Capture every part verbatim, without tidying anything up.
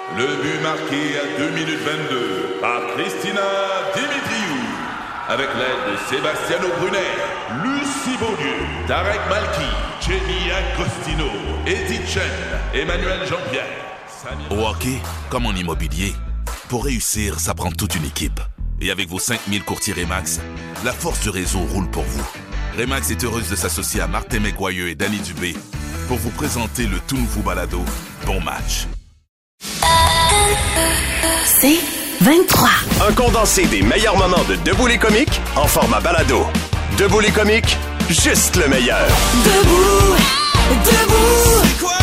Le but marqué à deux minutes vingt-deux par Christina Dimitriou. Avec l'aide de Sebastiano Brunet, Lucie Beaulieu, Tarek Malki, Jenny Agostino, Edith Chen, Emmanuel Jean-Pierre. Samir... Au hockey, comme en immobilier, pour réussir, ça prend toute une équipe. Et avec vos cinq mille courtiers Remax, la force du réseau roule pour vous. Remax est heureuse de s'associer à Martin McGuire et Danny Dubé pour vous présenter le tout nouveau balado Bon Match. C'est vingt-trois. Un condensé des meilleurs moments de Debout les comiques en format balado. Debout les comiques, juste le meilleur. Debout, debout, c'est quoi?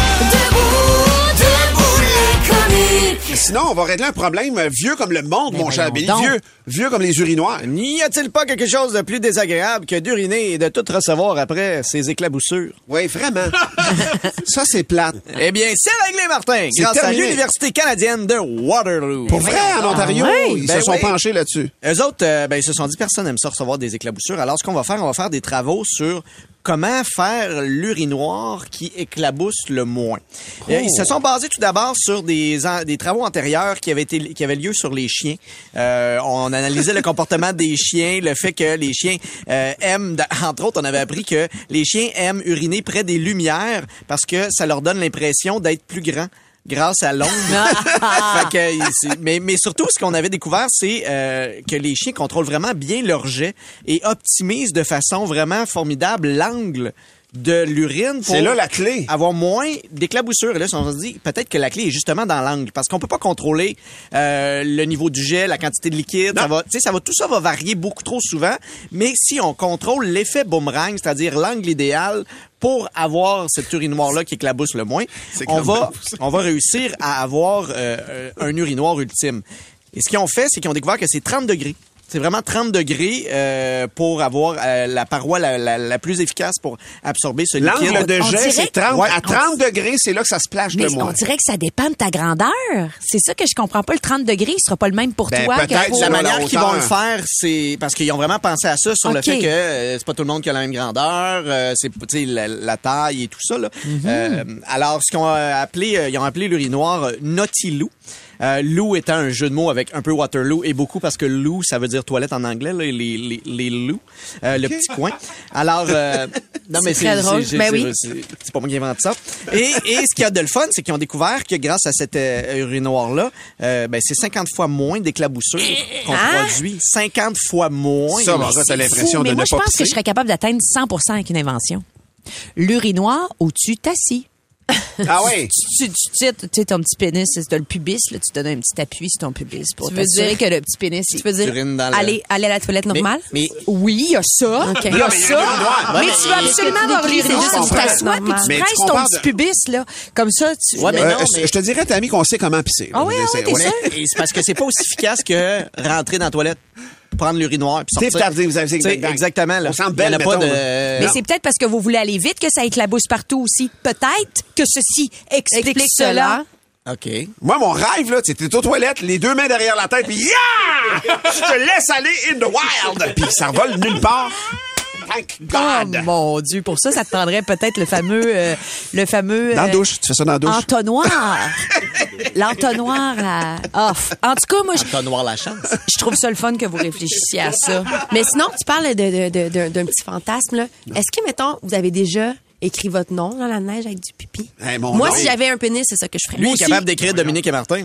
Debout, debout les comiques. Sinon, on va régler un problème vieux comme le monde, Mais mon cher voyons Billy. donc. Vieux, vieux comme les urinoirs. N'y a-t-il pas quelque chose de plus désagréable que d'uriner et de tout recevoir après ces éclaboussures? Oui, vraiment. Ça, c'est plate. Eh bien, c'est réglé, Martin, C'est grâce terminé. à l'Université canadienne de Waterloo. Pour vrai, en Ontario, ouais? ils Ben se sont oui. penchés là-dessus. Eux autres, euh, ben, ils se sont dit, personne n'aime ça recevoir des éclaboussures. Alors, ce qu'on va faire, on va faire des travaux sur comment faire l'urinoir qui éclabousse le moins. Oh. Euh, Ils se sont basés tout d'abord sur des, an- des travaux antérieurs qui avaient, été, qui avaient lieu sur les chiens. Euh, on analysait le comportement des chiens, le fait que les chiens euh, aiment, entre autres, on avait appris que les chiens aiment uriner près des lumières parce que ça leur donne l'impression d'être plus grands grâce à l'ombre. Fait que, c'est- mais, mais surtout, ce qu'on avait découvert, c'est euh, que les chiens contrôlent vraiment bien leur jet et optimisent de façon vraiment formidable l'angle de l'urine pour C'est là la clé. avoir moins d'éclaboussures. Et là, on se dit peut-être que la clé est justement dans l'angle parce qu'on peut pas contrôler euh, le niveau du jet, la quantité de liquide. Ça va, tu sais, ça va, tout ça va varier beaucoup trop souvent. Mais si on contrôle l'effet boomerang, c'est-à-dire l'angle idéal pour avoir cet urinoir-là qui éclabousse le moins, C'est on comme va, bon, ça. on va réussir à avoir euh, euh, un urinoir ultime. Et ce qu'ils ont fait, c'est qu'ils ont découvert que c'est trente degrés. C'est vraiment trente degrés euh, pour avoir euh, la paroi la, la, la plus efficace pour absorber ce liquide. L'angle de On jet, dirait- c'est trente. Ouais. À trente degrés, c'est là que ça se plage Mais le on moins. dirait que ça dépend de ta grandeur. C'est ça que je comprends pas. Le trente degrés, il sera pas le même pour Ben, toi que peut-être pour... La selon la manière qu'ils hauteur. vont le faire, c'est parce qu'ils ont vraiment pensé à ça sur le Ok. fait que euh, c'est pas tout le monde qui a la même grandeur, euh, c'est tu sais la, la taille et tout ça là. Euh, alors ce qu'on a appelé, euh, ils ont appelé l'urinoir euh, Naughty Lou. Euh, Lou étant un jeu de mots avec un peu Waterloo et beaucoup parce que Lou, ça veut dire toilette en anglais, là, les, les, les loups, euh, le petit coin. Alors, euh, non mais C'est très drôle. c'est- Ben c'est- oui. c'est c'est pas moi qui invente ça. Et, et ce qu'il y a de le fun, c'est qu'ils ont découvert que grâce à cet euh, urinoir-là, euh, ben, c'est cinquante fois moins d'éclaboussures qu'on Hein? produit. cinquante fois moins. Ça, mon gars, t'as Fou, l'impression mais de moi, ne je pas pense que pisser. je serais capable d'atteindre cent pour cent avec une invention. L'urinoir où tu t'assis. Ah oui. Tu, tu, tu sais, tu sais, ton petit pénis, c'est le pubis, là, tu donnes un petit appui sur ton pubis pour Tu veux t'assurer dire- que le petit pénis... Tu veux dire Urine dans le- aller, aller à la toilette normale? mais- oui, il y a ça. Non, Il y a mais il y a ça. l'urinoir. Mais Ouais, tu veux absolument avoir l'urinoir, l'urinoir. c'est Tu juste t'assois puis normal. tu Mais tu presses ton compares petit de- pubis, là. Comme ça, tu... Ouais, mais Euh, non, euh, mais- Je te dirais, Tammy, qu'on sait comment pisser. Ah oui, ah oui, t'es sûr? Et c'est parce que c'est pas aussi efficace que rentrer dans la toilette, prendre l'urinoir puis Steve sortir. Tardy, vous avez dit Tu sais, exact. exactement. Là. On sent Il y en belle, a pas mettons, de... là. Mais Non. c'est peut-être parce que vous voulez aller vite que ça éclabousse partout aussi. Peut-être que ceci explique, Explique cela. OK. Moi, mon rêve, là, c'était aux toilettes, les deux mains derrière la tête, puis yeah! Je te laisse aller in the wild! Puis ça revole nulle part. Thank Oh God! mon Dieu, pour ça, ça te prendrait peut-être le fameux... euh, le fameux... Dans la euh, douche, tu fais ça dans la douche. entonnoir. L'entonnoir à... off. En tout cas, moi, je, Entonnoir la chance. je trouve ça le fun que vous réfléchissiez à ça. Mais sinon, tu parles de, de, de, de- d'un petit fantasme, là. Est-ce que, mettons, vous avez déjà écrit votre nom dans la neige avec du pipi? Hey, mon Moi, nom. si j'avais un pénis, c'est ça que je ferais. Lui Moi est aussi. capable d'écrire Dominique et Martin.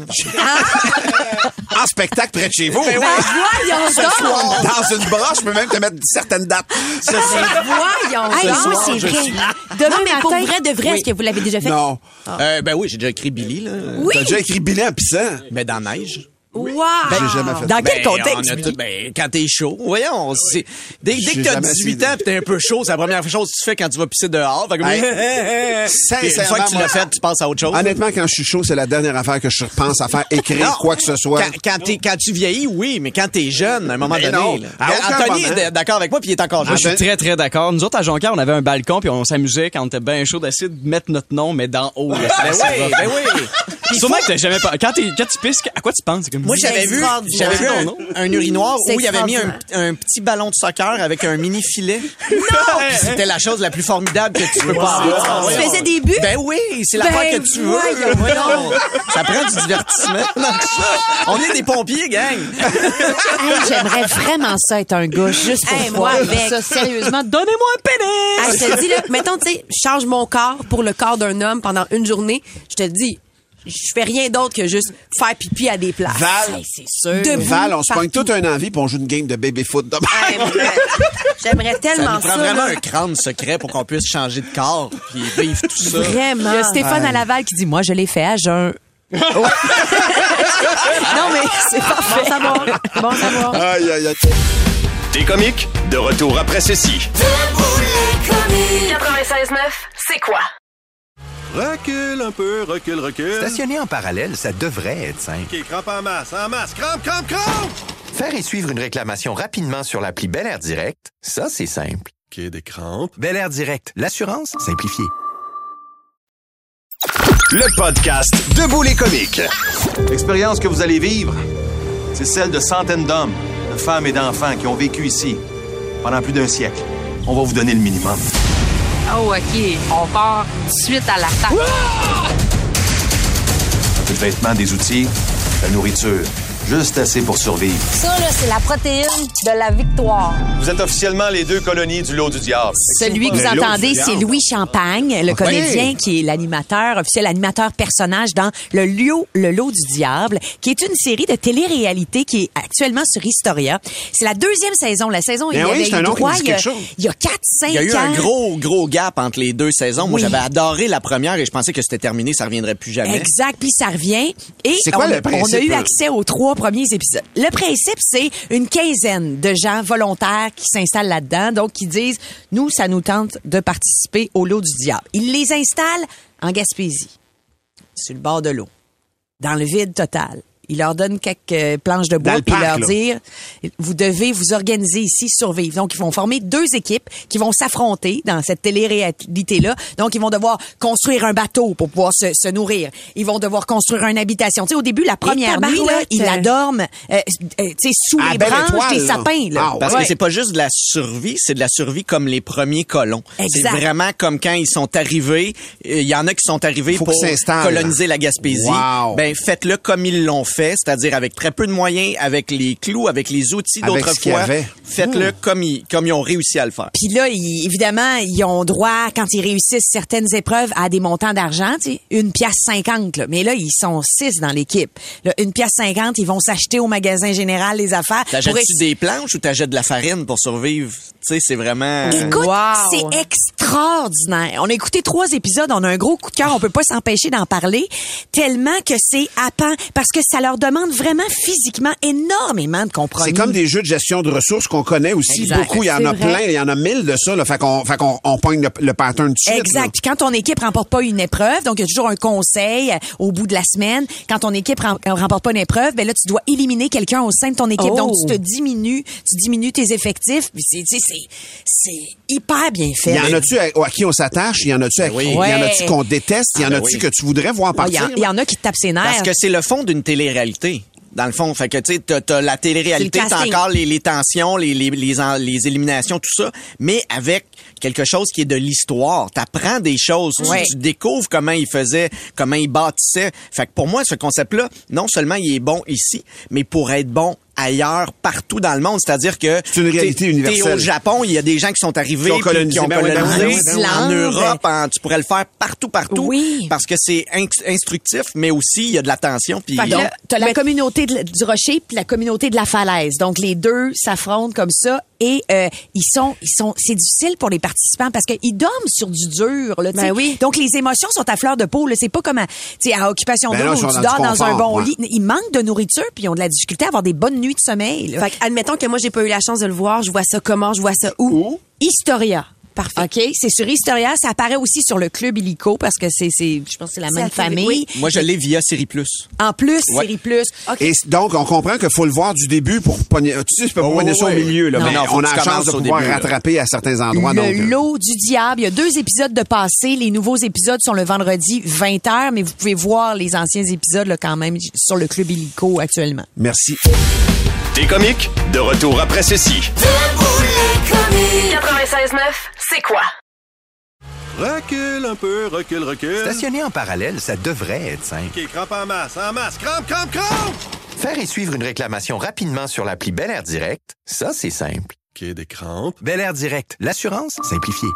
En spectacle près de chez vous. Ben voyons Ce donc! soir, dans une broche, je peux même te mettre certaines dates. Ben voyons Hey, donc! moi, c'est je vrai. suis- Demain Non, mais matin. pour vrai, de vrai, Oui. est-ce que vous l'avez déjà fait? Non. Euh, ben oui, j'ai déjà écrit Billy, là. Oui! T'as déjà écrit Billy en pissant? Mais dans la neige. Wow! J'ai jamais fait Dans ça. quel Ben, contexte? on a tout- ben, quand t'es chaud. Voyons, c'est, dès, dès J'ai que t'as jamais dix-huit essayé. ans pis t'es un peu chaud, c'est la première chose que tu fais quand tu vas pisser dehors. Fait que, Hey, Puis une fois que tu moi, l'as fait, tu passes à autre chose. Honnêtement, quand je suis chaud, c'est la dernière affaire que je pense à faire écrire Non. quoi que ce soit. Quand, quand, t'es- quand tu vieillis, oui, mais quand t'es jeune, à un moment Mais donné. non, là. à aucun Anthony moment. est d- d'accord avec moi, puis il est encore jeune. Je suis très, très d'accord. Nous autres, à Jonquière, on avait un balcon, puis on s'amusait quand on était bien chaud d'essayer de mettre notre nom, mais d'en haut. là. Ben C'était oui, rough. ben oui. Sûrement que t'as jamais pas. Quand, t'es, quand tu pisses, à quoi tu penses? C'est comme Moi, j'avais vu, j'avais vu un, un urinoir C'est où il y avait mis un, extraordinaire. un petit ballon de soccer avec un mini filet. Non! Puis c'était la chose la plus formidable que tu peux pas avoir. Tu faisais des buts? Ben oui, c'est Ben l'affaire que tu veux. voyons Voyons. Ça prend du divertissement. On est des pompiers, gang. Hey, j'aimerais vraiment ça être un gars, juste pour Hey, voir moi, avec. ça. Sérieusement, donnez-moi un pénis! Ah, je te dis, là, mettons, tu sais, je change mon corps pour le corps d'un homme pendant une journée. Je te dis, je fais rien d'autre que juste faire pipi à des places. Val, Hey, c'est sûr. Debout, Val, on se pogne partout. tout un envie puis on joue une game de baby-foot demain. Hey, mais J'aimerais Ça tellement nous ça. prend vraiment là. un crâne secret pour qu'on puisse changer de corps puis vivre tout ça. Vraiment. Il y a Stéphane à Laval qui dit, moi, je l'ai fait à jeun. Non, mais c'est parfait. Bon savoir. Bon savoir. Aïe, aïe, aïe. Des comiques, de retour après ceci. quatre-vingt-seize neuf, c'est quoi? Recule un peu, recule, recule. Stationner en parallèle, ça devrait être simple. OK, crampe en masse, en masse, crampe, crampe, crampe! Faire et suivre une réclamation rapidement sur l'appli Bel Air Direct, ça, c'est simple. OK, des crampes. Bel Air Direct, l'assurance simplifiée. Le podcast Debout les comiques. L'expérience que vous allez vivre, c'est celle de centaines d'hommes, de femmes et d'enfants qui ont vécu ici pendant plus d'un siècle. On va vous donner le minimum. Oh, OK. On part tout de suite à l'attaque. Des vêtements, des outils, la nourriture. Juste assez pour survivre. Ça, là, c'est la protéine de la victoire. Vous êtes officiellement les deux colonies du lot du diable. Celui que vous entendez, c'est Louis Champagne, le comédien qui est l'animateur, officiel animateur personnage dans Le Lot, le Lot du Diable, qui est une série de télé-réalité qui est actuellement sur Historia. C'est la deuxième saison. La saison, il y Ben oui, avait c'est un eu nom qui droit me dit il y a- quelque chose. il y a quatre cinq ans. Il y a eu un gros, gros gap entre les deux saisons. Moi, Oui. j'avais adoré la première et je pensais que c'était terminé, ça reviendrait plus jamais. Exact, puis ça revient. Et C'est quoi on, le principe, on a eu là? accès aux trois premiers épisodes. Le principe, c'est une quinzaine de gens volontaires qui s'installent là-dedans, donc qui disent, nous, ça nous tente de participer au lot du diable. Ils les installent en Gaspésie, sur le bord de l'eau, dans le vide total. Ils leur donnent quelques euh, planches de Dans bois le puis parc, leur là. dire vous devez vous organiser ici, survivre. Donc ils vont former deux équipes qui vont s'affronter dans cette télé-réalité là. Donc ils vont devoir construire un bateau pour pouvoir se, se nourrir. Ils vont devoir construire une habitation. Tu sais au début la première nuit là, tabarouette. ils la dorment euh, euh, tu sais sous À les belle branches étoile, des là. sapins là. Ah, Parce Ouais. que c'est pas juste de la survie, c'est de la survie comme les premiers colons. C'est Exact. vraiment comme quand ils sont arrivés. Il y en a qui sont arrivés Faut pour qu'ils s'installent. coloniser la Gaspésie. Wow. Ben faites-le comme ils l'ont fait, c'est-à-dire avec très peu de moyens, avec les clous, avec les outils Avec ce qu'il y d'autrefois. avait. Faites-le comme ils comme ils ont réussi à le faire. Puis là, ils- évidemment, ils ont droit, quand ils réussissent certaines épreuves, à des montants d'argent, tu sais, une pièce cinquante. Là. Mais là, ils sont six dans l'équipe. Là, une pièce cinquante, ils vont s'acheter au magasin général les affaires. T'achètes-tu pour ess- des planches ou t'achètes de la farine pour survivre? Tu sais, c'est vraiment... Écoute, Wow. c'est extraordinaire. On a écouté trois épisodes, on a un gros coup de cœur, on peut pas s'empêcher d'en parler, tellement que c'est happant, parce que ça leur demande vraiment physiquement énormément de compromis. C'est comme des jeux de gestion de ressources qu'on connaît aussi Exact. beaucoup. Il y en C'est a vrai. plein, il y en a mille de ça. Là. Fait qu'on, fait qu'on on pogne le, le pattern tout de suite. Exact. Puis quand ton équipe remporte pas une épreuve, donc il y a toujours un conseil euh, au bout de la semaine. Quand ton équipe rem- remporte pas une épreuve, ben là tu dois éliminer quelqu'un au sein de ton équipe. Oh. Donc tu te diminues, tu diminues tes effectifs. Puis c'est, tu sais, c'est, c'est hyper bien fait. Il y en a-tu à, à qui on s'attache? Il y en a-tu à qui, il y en a-tu qu'on déteste? Il y en Ah, ben a-tu oui. que tu voudrais voir Ah, Il y, partir? en- il y en a qui te tapent ses nerfs. Parce que c'est le fond d'une télé-réalité. Dans le fond, fait que tu sais, t'as, t'as la télé-réalité, C'est le t'as casting. encore les, les tensions, les, les, les, en- les éliminations, tout ça, mais avec quelque chose qui est de l'histoire. T'apprends des choses, tu- Ouais. tu, découvres comment ils faisaient, comment ils bâtissaient. Fait que pour moi, ce concept-là, non seulement il est bon ici, mais pour être bon ailleurs, partout dans le monde. C'est-à-dire que C'est une réalité t'es- universelle. T'es au Japon, il y a des gens qui sont arrivés, Qui ont puis colonisé, qui ont ben oui, ben oui, colonisé. ben oui, ben oui. En Islande. Europe, en- tu pourrais le faire partout, partout. Oui. Parce que c'est inc- instructif, mais aussi il y a de la tension. Puis Fait que donc, là, t'as la communauté de- du rocher puis la communauté de la falaise. Donc les deux s'affrontent comme ça et euh, ils sont ils sont c'est difficile pour les participants parce qu'ils dorment sur du dur là, tu sais. Ben oui. Donc les émotions sont à fleur de peau là, c'est pas comme à, tu sais à occupation Ben double non, où ils sont tu dans dors du dans un confort, bon ouais. lit. Ils manquent de nourriture puis ils ont de la difficulté à avoir des bonnes nuits de sommeil. là. Fait que, admettons que moi, j'ai pas eu la chance de le voir. Je vois ça comment? Je vois ça où? Où? Historia. Parfait. OK, c'est sur Historia. Ça apparaît aussi sur le Club Illico parce que c'est, c'est je pense que c'est la C'est même la télé, famille. oui. Moi, je l'ai via Série Plus. En plus, Ouais. Série Plus. OK. Et donc, on comprend qu'il faut le voir du début pour pogner. Tu sais, tu peux pas Oh, pogner ça au ouais. milieu, là. Non, mais non, faut on que a tu la chance commences de au pouvoir début, là. rattraper à certains endroits. Le donc, euh, lot du diable. Il y a deux épisodes de passé. Les nouveaux épisodes sont le vendredi vingt heures, mais vous pouvez voir les anciens épisodes là, quand même sur le Club Illico actuellement. Merci. Des comiques, de retour après ceci. quatre-vingt-seize neuf, c'est quoi? Recule un peu, recule, recule. Stationner en parallèle, ça devrait être simple. OK, crampe en masse, en masse, crampe, crampe, crampe! Faire et suivre une réclamation rapidement sur l'appli Bel Air Direct, ça, c'est simple. OK, des crampes. Bel Air Direct, l'assurance simplifiée.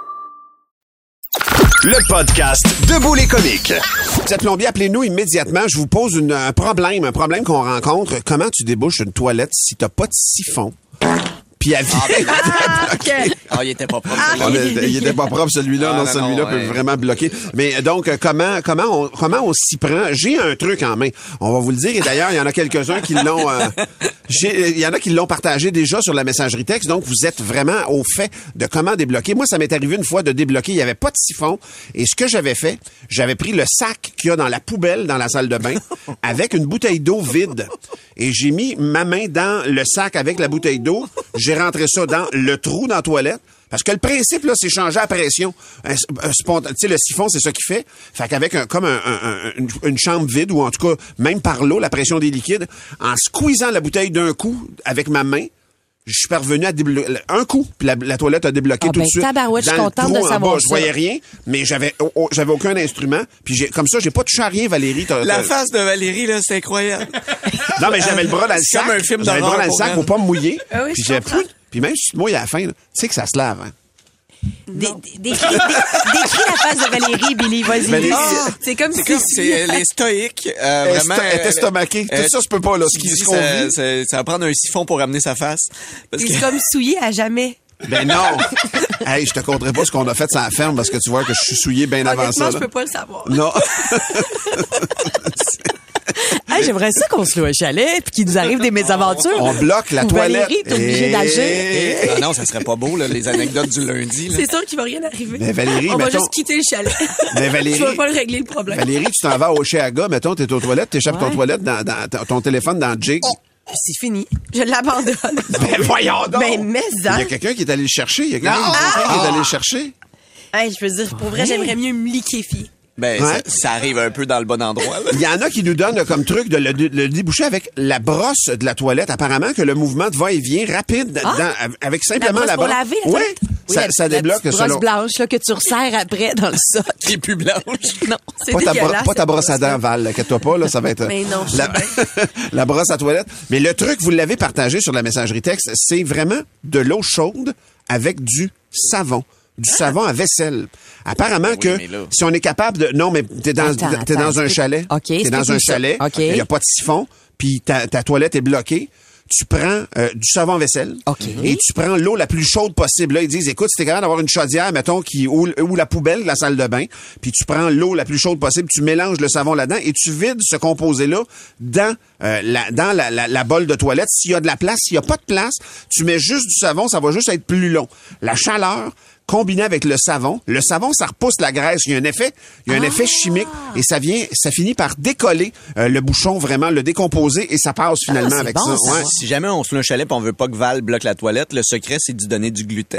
Le podcast Debout les comiques. Vous êtes plombier, appelez-nous immédiatement. Je vous pose une- un problème, un problème qu'on rencontre. Comment tu débouches une toilette si t'as pas de siphon? Puis elle vient bloquer. Ah, il était pas propre. On est- il était pas propre celui-là, Ah, non, non, celui-là non, peut ouais. vraiment bloquer. Mais donc euh, comment comment on comment on s'y prend? J'ai un truc en main. On va vous le dire et d'ailleurs, il y en a quelques-uns qui l'ont euh, j'ai- il y en a qui l'ont partagé déjà sur la messagerie texte. Donc vous êtes vraiment au fait de comment débloquer. Moi, ça m'est arrivé une fois de débloquer, il y avait pas de siphon et ce que j'avais fait, j'avais pris le sac qu'il y a dans la poubelle dans la salle de bain avec une bouteille d'eau vide et j'ai mis ma main dans le sac avec la bouteille d'eau, j'ai rentré ça dans le trou dans la toilette. Parce que le principe, là, c'est changer à pression. Un, un spontan- tu sais, le siphon, c'est ça qu'il fait. Fait qu'avec un, comme un, un- un- une, une chambre vide, ou en tout cas, même par l'eau, la pression des liquides, en squeezant la bouteille d'un coup avec ma main, je suis parvenu à débloquer un coup, puis la, la toilette a débloqué Ah tout ben, de suite. tabarouette, je suis Dans le contente trou de en savoir bas, je ça. voyais rien, mais j'avais oh, oh, j'avais aucun instrument. Puis j'ai, comme ça, j'ai pas touché à rien, Valérie. T'as- La t'as- face de Valérie, là, c'est incroyable. Non, mais j'avais le bras dans le C'est sac. comme un film J'avais le bras d'horreur dans le pour sac elle. pour pas me mouiller. Ah oui, puis je j'ai comprends. puis même si tu te mouilles à la fin, là, tu sais que ça se lave, hein. Dé- dé- Décris dé- décris la face de Valérie, Billy, vas-y. Valérie, Ah! C'est comme C'est si comme, c'est les stoïques, euh, Elle est vraiment. sto- elle est estomaquée. Tout ça se peut pas, là, ce qui- dit, ce qu'on ça, vit. ça- ça va prendre un siphon pour ramener sa face. Parce c'est que- comme souillé à jamais. Ben non! Hey, je te conterai pas ce qu'on a fait sur la ferme parce que tu vois que je suis souillé bien avant Honnêtement, ça. je là. peux pas le savoir. Non. Hey, j'aimerais ça qu'on se loue un chalet puis qu'il nous arrive des mésaventures. On bloque la Où toilette. Valérie, t'es obligée Et- d'agir. Ah non, ça serait pas beau, là, les anecdotes du lundi. Là. C'est sûr qu'il va rien arriver. Mais Valérie, On va mettons- juste quitter le chalet. Mais Valérie- Je vais pas le régler le problème. Valérie, tu t'en vas au Oshéaga, mettons, t'es aux toilettes, t'échappes ton Ouais. toilette dans, dans- ton- ton téléphone dans le jig. C'est fini. Je l'abandonne. Ben voyons donc! Ben, mais Il y hein. a quelqu'un qui est allé le chercher. Il y a quelqu'un Non. quelqu'un qui est Ah. allé le chercher. Hey, je veux dire, pour vrai, j'aimerais mieux me liquéfier. Ben, Ouais. ça, ça arrive un peu dans le bon endroit. Là. Il y en a qui nous donnent comme truc de le, de le déboucher avec la brosse de la toilette. Apparemment que le mouvement de va-et-vient rapide dans- avec simplement La la brosse brosse. pour laver, la Oui, toilette? Oui, ça, la- ça la débloque petite selon. brosse blanche là, que tu resserres après dans le sac. Qui est plus blanche. Non, C'est Pas ta, bro- dégueulasse. pas ta cette brosse à brosse-là. dents, Val, inquiète-toi pas, là, ça va être Mais non, je sais la, la brosse à toilette. Mais le truc, vous l'avez partagé sur la messagerie texte, c'est vraiment de l'eau chaude avec du savon. Du savon à vaisselle. Apparemment Oui, que mais là- si on est capable de... Non, mais t'es dans, Attends, t'es attends, dans un explique- chalet. OK, T'es dans explique-nous un ça. chalet. OK. Il n'y a pas de siphon. Puis ta, ta toilette est bloquée. Tu prends euh, du savon à vaisselle OK. et tu prends l'eau la plus chaude possible. Là, ils disent, écoute, si t'es capable d'avoir une chaudière, mettons, qui ou, ou la poubelle de la salle de bain, puis tu prends l'eau la plus chaude possible, tu mélanges le savon là-dedans et tu vides ce composé-là dans euh, la dans la, la, la bolle de toilette. S'il y a de la place, s'il y a pas de place, tu mets juste du savon, ça va juste être plus long. La chaleur combiné avec le savon. Le savon, ça repousse la graisse. Il y a un effet, il y a un effet chimique et ça vient, ça finit par décoller euh, le bouchon, vraiment le décomposer et ça passe finalement c'est avec bon, ça. ça. Ouais. Si jamais on se loue un chalet et on veut pas que Val bloque la toilette, le secret, c'est d'y donner du gluten.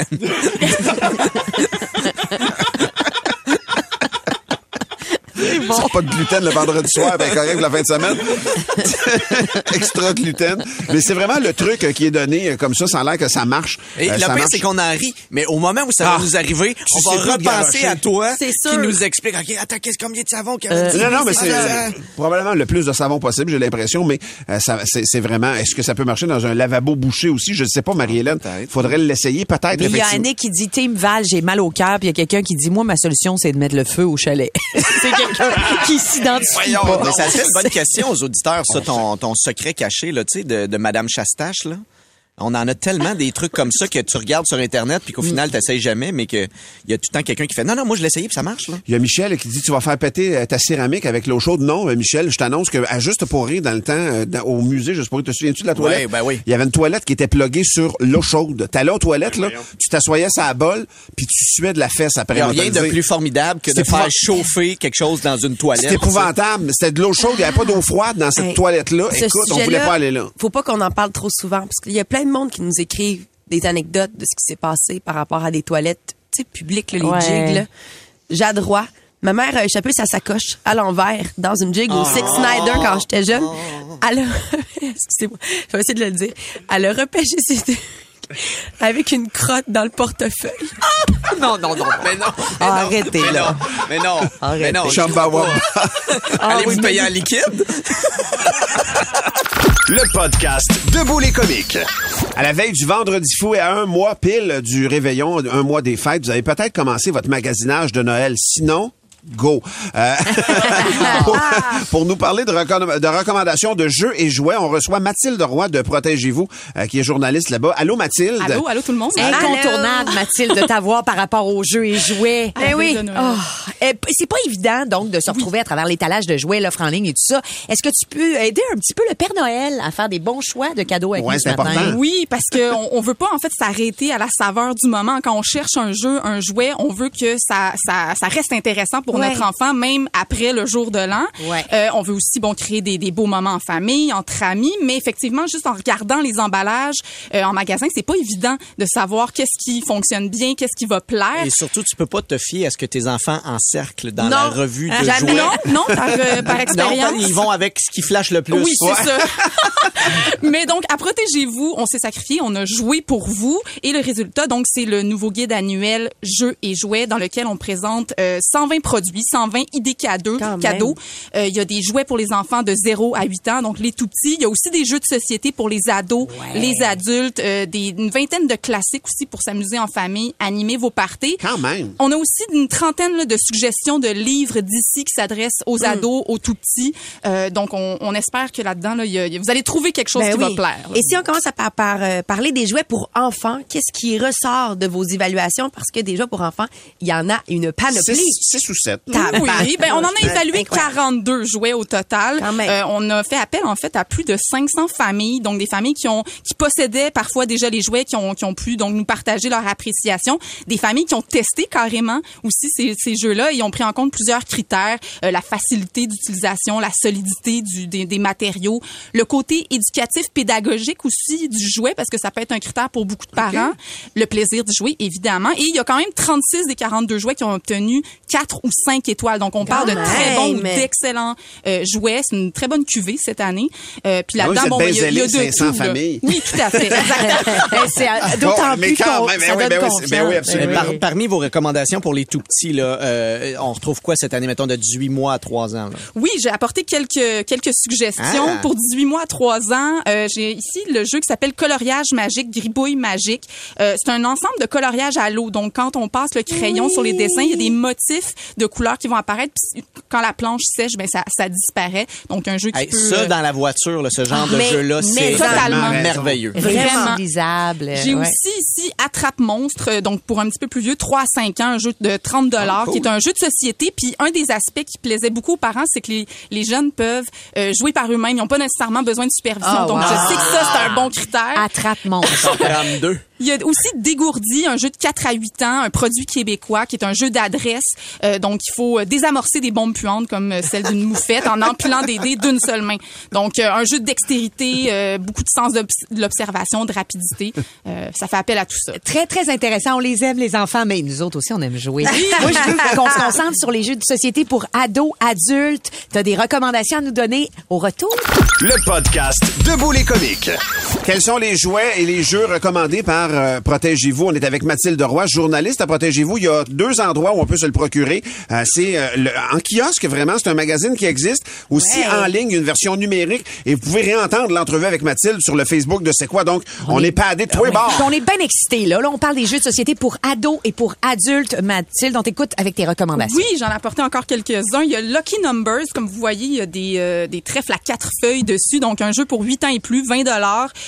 C'est pas de gluten le vendredi soir, ben correct la fin de semaine. Extra gluten. Mais c'est vraiment le truc euh, qui est donné euh, comme ça, sans l'air que ça marche. Et Euh, le ça pire, marche. c'est qu'on en rit, mais au moment où ça Ah, va nous arriver, on sais va plus de repenser garocher. à toi C'est qui sûr. nous explique, OK, attends, qu'est-ce combien de savon qu'il y Euh, avait dit? Non, non, mais c'est Ah, euh, probablement le plus de savon possible, j'ai l'impression, mais euh, ça, c'est, c'est vraiment... Est-ce que ça peut marcher dans un lavabo bouché aussi? Je ne sais pas, Marie-Hélène. Peut-être. Faudrait l'essayer, peut-être, Mais il y a effectivement. Annick qui dit Team Val, j'ai mal au cœur, puis il y a quelqu'un qui dit moi ma solution c'est de mettre le feu au chalet. C'est quelqu'un qui s'identifie Voyons, pas. mais ça fait une bonne question aux auditeurs, ça, ton, ton secret caché, là, tu sais, de, de Madame Chastache, là. On en a tellement des trucs comme ça que tu regardes sur Internet puis qu'au final, t'essayes jamais, mais qu'il y a tout le temps quelqu'un qui fait « Non, non, moi, je l'ai essayé puis ça marche. » là. Il y a Michel qui dit « Tu vas faire péter ta céramique avec l'eau chaude. » Non, Michel, je t'annonce que à Juste pour rire, dans le temps, euh, dans, au musée, Juste pour rire, te souviens-tu de la toilette? Oui, ben oui. Il y avait une toilette qui était pluguée sur l'eau chaude. T'allais aux toilettes, là, tu t'assoyais sur la bolle puis tu suais de la fesse après. Il n'y a rien de plus formidable que de faire chauffer quelque chose dans une toilette. C'était épouvantable. C'était de l'eau chaude. Il n'y avait pas d'eau froide dans cette hey, toilette-là. Écoute, on voulait pas aller là. Faut pas qu'on en parle trop souvent parce qu'il y a plein de monde qui nous écrivent des anecdotes de ce qui s'est passé par rapport à des toilettes, tu sais, publiques, là, les ouais. jigs, là. Jade Roy. Ma mère a échappé sa sacoche à l'envers dans une jig oh. au Six Snyder quand j'étais jeune. Oh. Elle a... Excusez-moi, je vais essayer de le dire. Elle a repêché ses trucs avec une crotte dans le portefeuille. Non, non, non, mais non. Mais ah, non arrêtez, mais là. Non, mais non, arrêtez. Mais non. Chamba Allez vous payer en liquide? Le podcast Debout les comiques. À la veille du Vendredi fou et à un mois pile du réveillon, un mois des fêtes, vous avez peut-être commencé votre magasinage de Noël. Sinon, go. Euh, pour, pour nous parler de, recomm- de recommandations de jeux et jouets, on reçoit Mathilde Roy de Protégez-vous, euh, qui est journaliste là-bas. Allô, Mathilde? Allô, allô tout le monde. Incontournable, Mathilde, de t'avoir par rapport aux jeux et jouets. Ben oui. Oh, eh, c'est pas évident, donc, de se retrouver oui. à travers l'étalage de jouets, l'offre en ligne et tout ça. Est-ce que tu peux aider un petit peu le Père Noël à faire des bons choix de cadeaux avec ouais, nous ce matin? Important. Oui, parce qu'on on veut pas, en fait, s'arrêter à la saveur du moment. Quand on cherche un jeu, un jouet, on veut que ça, ça, ça reste intéressant pour ouais. notre enfant, même après le jour de l'an. Ouais. Euh, on veut aussi bon créer des, des beaux moments en famille, entre amis, mais effectivement, juste en regardant les emballages euh, en magasin, c'est pas évident de savoir qu'est-ce qui fonctionne bien, qu'est-ce qui va plaire. Et surtout, tu peux pas te fier à ce que tes enfants encerclent dans non. la revue de Jamais. jouets. Non, non, par, euh, par expérience. Non, ils vont avec ce qui flash le plus. Oui, c'est ouais. ça. Mais donc, à Protégez-vous, on s'est sacrifié, on a joué pour vous. Et le résultat, donc, c'est le nouveau guide annuel Jeux et jouets dans lequel on présente euh, cent vingt produits, cent vingt idées cadeaux. cadeaux. Euh, il y a des jouets pour les enfants de zéro à huit ans, donc les tout petits. Il y a aussi des jeux de société pour les ados, ouais. les adultes, euh, des, une vingtaine de classiques aussi pour s'amuser en famille, animer vos parties. Quand même. On a aussi une trentaine là, de suggestions de livres d'ici qui s'adressent aux mm. ados, aux tout petits. Euh, donc, on, on espère que là-dedans, là, y a, y a, vous allez trouver quelque chose ben qui oui. va plaire. Là. Et si on commence à par, par, euh, parler des jouets pour enfants, qu'est-ce qui ressort de vos évaluations? Parce que déjà, pour enfants, il y en a une panoplie. six ou sept. Oui, ben, on en a évalué quarante-deux jouets au total. Euh, on a fait appel, en fait, à plus de cinq cents familles, donc des familles qui ont, qui possédaient parfois déjà les jouets, qui ont, qui ont pu, donc, nous partager leur appréciation. Des familles qui ont testé carrément aussi ces, ces jeux-là et ont pris en compte plusieurs critères, euh, la facilité d'utilisation, la solidité du, des, des matériaux, le côté éducatif, pédagogique aussi du jouet, parce que ça peut être un critère pour beaucoup de parents, okay. le plaisir de jouer, évidemment. Et il y a quand même trente-six des quarante-deux jouets qui ont obtenu quatre ou cinq étoiles. Donc, on parle Quand de très bons ou mais... d'excellents euh, jouets. C'est une très bonne cuvée cette année. Euh, puis là-dedans, oui, bon, il y a, y a de cinq cents tout. familles. Oui, tout à fait. C'est d'autant bon, mais plus quand qu'on, même, ça ben oui, donne ben oui, confiance. ben oui, absolument. Par, parmi vos recommandations pour les tout petits, là, euh, on retrouve quoi cette année, mettons, de dix-huit mois à trois ans? Là? Oui, j'ai apporté quelques quelques suggestions. Ah. Pour dix-huit mois à trois ans. Euh, j'ai ici le jeu qui s'appelle Coloriage magique, Gribouille magique. Euh, c'est un ensemble de coloriage à l'eau. Donc, quand on passe le crayon oui. sur les dessins, il y a des motifs de couleurs qui vont apparaître. Puis, quand la planche sèche, ben ça, ça disparaît. Donc, un jeu qui hey, peut... Ça, dans la voiture, là, ce genre mais, de jeu-là, c'est totalement merveilleux. Vraiment utilisable. J'ai ouais. aussi ici Attrape Monstre, donc pour un petit peu plus vieux, trois à cinq ans, un jeu de trente dollars, oh, cool. qui est un jeu de société. Puis, un des aspects qui plaisait beaucoup aux parents, c'est que les, les jeunes peuvent euh, jouer par eux-mêmes. Ils n'ont pas nécessairement besoin de supervision. Oh, donc, wow. je sais que ça, c'est un bon critère. Attrape Monstre. trente-deux. Il y a aussi Dégourdi, un jeu de quatre à huit ans, un produit québécois qui est un jeu d'adresse. Euh, donc, il faut désamorcer des bombes puantes comme celle d'une moufette en empilant des dés d'une seule main. Donc, euh, un jeu de dextérité, euh, beaucoup de sens de l'observation, de rapidité. Euh, ça fait appel à tout ça. Très, très intéressant. On les aime, les enfants, mais nous autres aussi, on aime jouer. Moi, je veux qu'on se concentre sur les jeux de société pour ados, adultes. Tu as des recommandations à nous donner au retour? Le podcast Debout les comiques. Quels sont les jouets et les jeux recommandés par euh, Protégez-vous? On est avec Mathilde Roy, journaliste à Protégez-vous. Il y a deux endroits où on peut se le procurer. Euh, c'est euh, le, en kiosque, vraiment. C'est un magazine qui existe. Aussi ouais. en ligne, une version numérique. Et vous pouvez réentendre l'entrevue avec Mathilde sur le Facebook de C'est quoi. Donc, on, on est, est padé de tous les bords. On est bien excités, là. Là, on parle des jeux de société pour ados et pour adultes. Mathilde, on t'écoute avec tes recommandations. Oui, j'en ai apporté encore quelques-uns. Il y a Lucky Numbers. Comme vous voyez, il y a des, euh, des trèfles à quatre feuilles dessus. Donc, un jeu pour huit ans et plus, vingt dollars.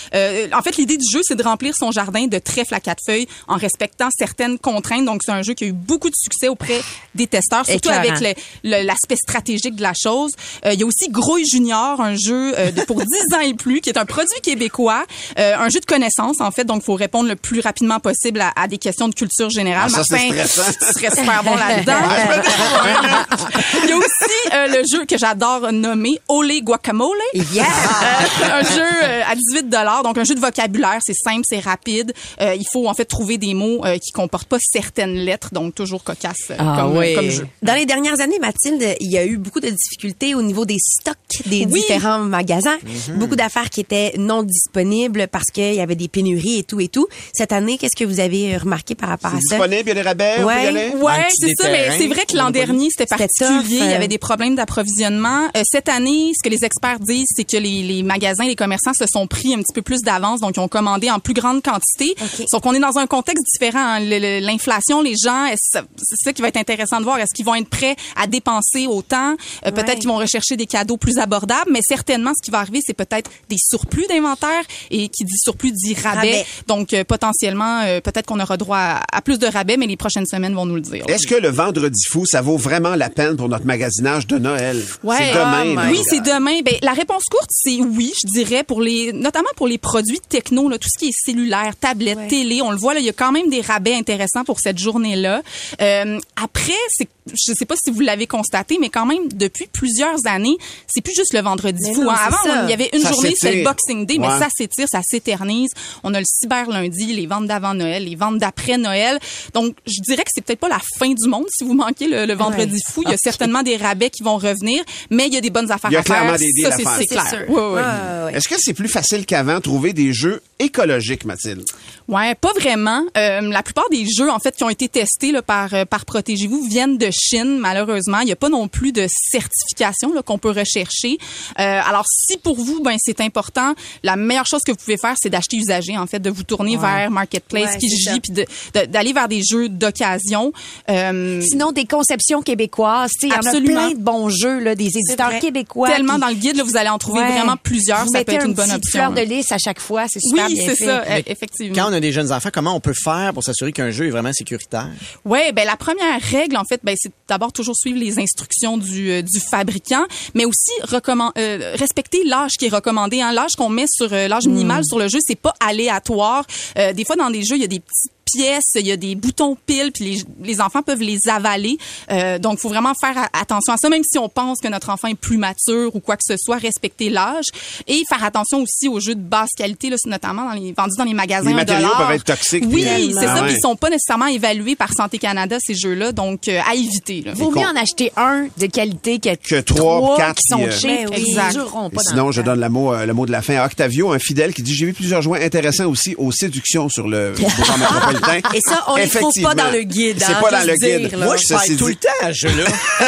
Euh, en fait, l'idée du jeu, c'est de remplir son jardin de trèfles à quatre feuilles en respectant certaines contraintes. Donc, c'est un jeu qui a eu beaucoup de succès auprès des testeurs, surtout Éclairant. avec le, le, l'aspect stratégique de la chose. Euh, il y a aussi Grouille Junior, un jeu euh, de, pour dix ans et plus, qui est un produit québécois, euh, un jeu de connaissances, en fait. Donc, il faut répondre le plus rapidement possible à, à des questions de culture générale. Ah, ça, c'est stressant. tu serais super bon là-dedans. Il y a aussi euh, le jeu que j'adore nommer Olé Guacamole. Yeah. Euh, un jeu euh, à dix-huit dollars, donc un jeu de vocabulaire, c'est simple, c'est rapide. Euh, il faut en fait trouver des mots euh, qui comportent pas certaines lettres, donc toujours cocasse euh, Ah, comme, oui. comme jeu. Dans les dernières années, Mathilde, il y a eu beaucoup de difficultés au niveau des stocks des Oui. différents magasins. Beaucoup d'affaires qui étaient non disponibles parce qu'il y avait des pénuries et tout et tout. Cette année, qu'est-ce que vous avez remarqué par rapport à ça? Disponible, il y a des rabais, on peut y Ouais. aller? Ouais, Un petit c'est ça, mais terrain. c'est vrai que l'an dernier, c'était C'était particulier. tough, Il y euh. avait des problèmes d'approvisionnement. Euh, cette année, ce que les experts disent, c'est que les, les magasins, les commerçants se sont pris un petit peu plus d'avance, donc ils ont commandé en plus grande quantité. Okay. Sauf qu'on est dans un contexte différent. hein. Le- le- L'inflation, les gens, est-ce- c'est ça qui va être intéressant de voir. Est-ce qu'ils vont être prêts à dépenser autant? Euh, peut-être Ouais. qu'ils vont rechercher des cadeaux plus abordables, mais certainement, ce qui va arriver, c'est peut-être des surplus d'inventaire. Et qui dit surplus dit rabais. Rabais. Donc, euh, potentiellement, euh, peut-être qu'on aura droit à, à plus de rabais, mais les prochaines semaines vont nous le dire. Est-ce que le vendredi fou, ça vaut vraiment la peine pour notre magasinage de Noël? Ouais. C'est demain. Oh là. oui, c'est demain. Ben, la réponse courte, c'est oui, je dirais, pour les, notamment pour les produits techno, là, tout ce qui est cellulaire, tablette, Ouais. télé. On le voit, là, il y a quand même des rabais intéressants pour cette journée-là. Euh, après, c'est, je sais pas si vous l'avez constaté, mais quand même, depuis plusieurs années, c'est plus juste le vendredi Mais fou. non, hein. c'est Avant, ça. on- il y avait une Ça journée, c'était le s'étire. Boxing Day, Ouais. mais ça s'étire, ça s'éternise. On a le cyber lundi, les ventes d'avant Noël, les ventes d'après Noël. Donc, je dirais que c'est peut-être pas la fin du monde si vous manquez le, le vendredi Ouais. fou. Il y a certainement des rabais qui vont revenir, mais il y a des bonnes affaires Il y a à faire. clairement des deals Ça, à c'est, faire. c'est C'est clair. sûr. Ouais, ouais. Ah, ouais. Est-ce que c'est plus facile qu'avant trouver des jeux écologiques, Mathilde? Ouais, pas vraiment. Euh, la plupart des jeux en fait qui ont été testés là, par euh, par Protégez-vous viennent de Chine. Malheureusement, il y a pas non plus de certification là, qu'on peut rechercher. Euh, alors si pour vous ben c'est important, la meilleure chose que vous pouvez faire c'est d'acheter usagé en fait, de vous tourner Ouais. vers Marketplace, Ouais, c'est ça. Kijiji, puis de, de- d'aller vers des jeux d'occasion. Euh, Sinon, des conceptions québécoises. Tu sais, il y en a Absolument. plein de bons jeux, là, des éditeurs vrai. québécois. tellement qui- dans le guide là, vous allez en trouver Ouais. vraiment plusieurs. Vous Ça mettez peut être un une bonne petit option. fleur de lys à chaque fois. C'est super Oui, bien c'est fait. ça, Mais effectivement. Quand on a des jeunes enfants, comment on peut faire pour s'assurer qu'un jeu est vraiment sécuritaire? Ouais, ben la première règle en fait, ben c'est d'abord toujours suivre les instructions du euh, du fabricant, mais aussi recommand, euh, respecter l'âge qui est recommandé. Hein. L'âge qu'on met sur euh, l'âge minimal sur le jeu, c'est pas aléatoire. Euh, des fois dans des jeux, il y a des petites pièces, il y a des boutons piles, puis les, les enfants peuvent les avaler. Euh, donc, il faut vraiment faire a- attention à ça, même si on pense que notre enfant est plus mature ou quoi que ce soit, respecter l'âge. Et faire attention aussi aux jeux de basse qualité, là, notamment dans les, vendus dans les magasins. Les un matériaux dollar. peuvent être toxiques. Oui, puis- c'est Ah ça. ouais. Puis ils sont pas nécessairement évalués par Santé Canada, ces jeux-là. Donc, euh, à éviter. Là. Vaut mieux en acheter un de qualité que, Que trois, quatre, qui sont puis, euh, cheap. Ben Ils oui. Exact. dureront Et pas dans sinon, le je temps. donne le mot, euh, le mot de la fin à Octavio, un fidèle qui dit « J'ai vu plusieurs joints intéressants aussi aux séductions sur le boulevard métropolitain. » Et ça, on les trouve pas Effectivement. dans le guide. C'est hein, pas dans juste le guide. dire, là. Moi, je Ceci parle tout dit- le temps à ce jeu-là.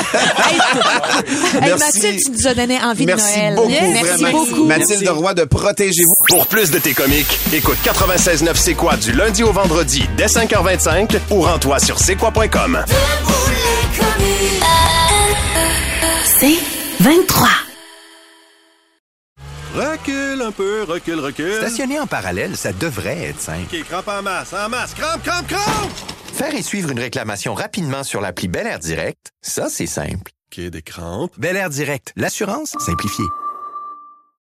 Hey, Merci. Mathilde, tu nous as donné envie Merci de Noël. beaucoup, Merci vraiment. beaucoup. Mathilde Roy de Protégez-vous. Pour plus de tes comiques, écoute quatre-vingt-seize neuf C'est quoi du lundi au vendredi dès cinq heures vingt-cinq ou rends-toi sur c'est quoi point com. C'est vingt-trois. Recule un peu, recule, recule. Stationner en parallèle, ça devrait être simple. OK, crampe en masse, en masse, crampe, crampe, crampe! Faire et suivre une réclamation rapidement sur l'appli Bel Air Direct, ça, c'est simple. OK, des crampes. Bel Air Direct, l'assurance simplifiée.